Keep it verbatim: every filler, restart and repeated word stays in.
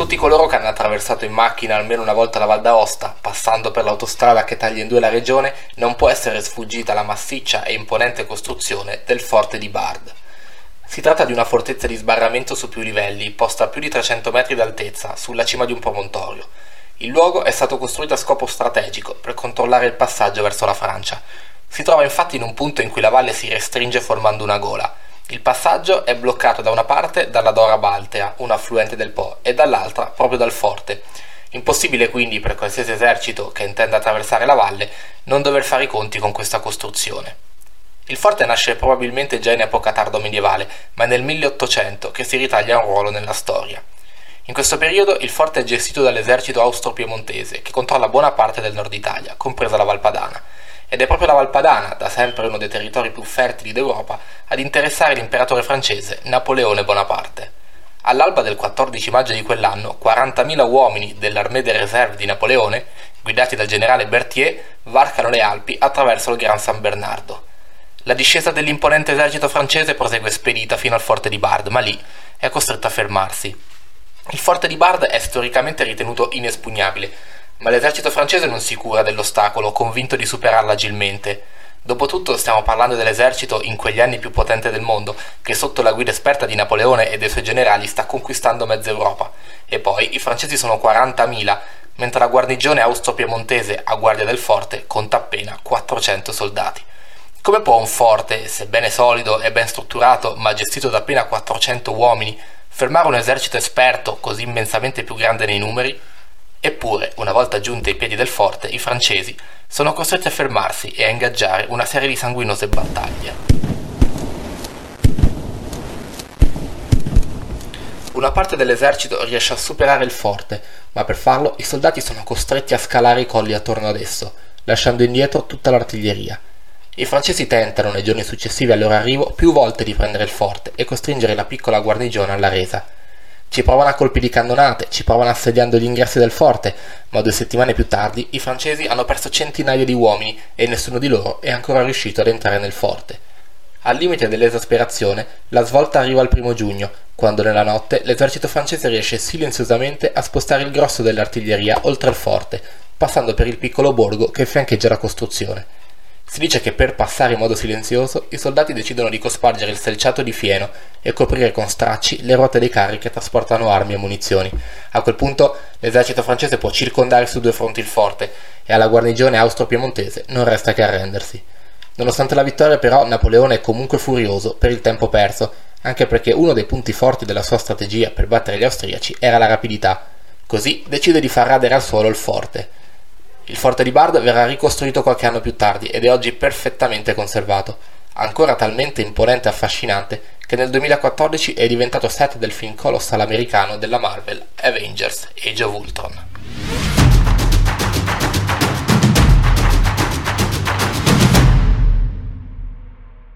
tutti coloro che hanno attraversato in macchina almeno una volta la Val d'Aosta, passando per l'autostrada che taglia in due la regione, non può essere sfuggita la massiccia e imponente costruzione del Forte di Bard. Si tratta di una fortezza di sbarramento su più livelli, posta a più di trecento metri d'altezza, sulla cima di un promontorio. Il luogo è stato costruito a scopo strategico, per controllare il passaggio verso la Francia. Si trova infatti in un punto in cui la valle si restringe formando una gola. Il passaggio è bloccato da una parte dalla Dora Baltea, un affluente del Po, e dall'altra proprio dal forte. Impossibile quindi per qualsiasi esercito che intenda attraversare la valle non dover fare i conti con questa costruzione. Il forte nasce probabilmente già in epoca tardo-medievale, ma è nel milleottocento che si ritaglia un ruolo nella storia. In questo periodo il forte è gestito dall'esercito austro-piemontese, che controlla buona parte del nord Italia, compresa la Val Padana. Ed è proprio la Val Padana, da sempre uno dei territori più fertili d'Europa, ad interessare l'imperatore francese Napoleone Bonaparte. All'alba del quattordici maggio di quell'anno, quarantamila uomini dell'Armée de Réserve di Napoleone, guidati dal generale Berthier, varcano le Alpi attraverso il Gran San Bernardo. La discesa dell'imponente esercito francese prosegue spedita fino al forte di Bard, ma lì è costretto a fermarsi. Il forte di Bard è storicamente ritenuto inespugnabile, ma l'esercito francese non si cura dell'ostacolo, convinto di superarlo agilmente. Dopotutto stiamo parlando dell'esercito in quegli anni più potente del mondo, che sotto la guida esperta di Napoleone e dei suoi generali sta conquistando mezza Europa. E poi i francesi sono quarantamila, mentre la guarnigione austro-piemontese a guardia del forte conta appena quattrocento soldati. Come può un forte, sebbene solido e ben strutturato, ma gestito da appena quattrocento uomini, fermare un esercito esperto così immensamente più grande nei numeri? Eppure, una volta giunti ai piedi del forte, i francesi sono costretti a fermarsi e a ingaggiare una serie di sanguinose battaglie. Una parte dell'esercito riesce a superare il forte, ma per farlo i soldati sono costretti a scalare i colli attorno ad esso, lasciando indietro tutta l'artiglieria. I francesi tentano, nei giorni successivi al loro arrivo, più volte di prendere il forte e costringere la piccola guarnigione alla resa. Ci provano a colpi di cannonate, ci provano assediando gli ingressi del forte, ma due settimane più tardi i francesi hanno perso centinaia di uomini e nessuno di loro è ancora riuscito ad entrare nel forte. Al limite dell'esasperazione, la svolta arriva il primo giugno, quando nella notte l'esercito francese riesce silenziosamente a spostare il grosso dell'artiglieria oltre il forte, passando per il piccolo borgo che fiancheggia la costruzione. Si dice che per passare in modo silenzioso i soldati decidono di cospargere il selciato di fieno e coprire con stracci le ruote dei carri che trasportano armi e munizioni. A quel punto l'esercito francese può circondare su due fronti il forte e alla guarnigione austro-piemontese non resta che arrendersi. Nonostante la vittoria però Napoleone è comunque furioso per il tempo perso, anche perché uno dei punti forti della sua strategia per battere gli austriaci era la rapidità. Così decide di far radere al suolo il forte. Il forte di Bard verrà ricostruito qualche anno più tardi ed è oggi perfettamente conservato, ancora talmente imponente e affascinante che nel duemilaquattordici è diventato set del film colossal americano della Marvel Avengers Age of Ultron.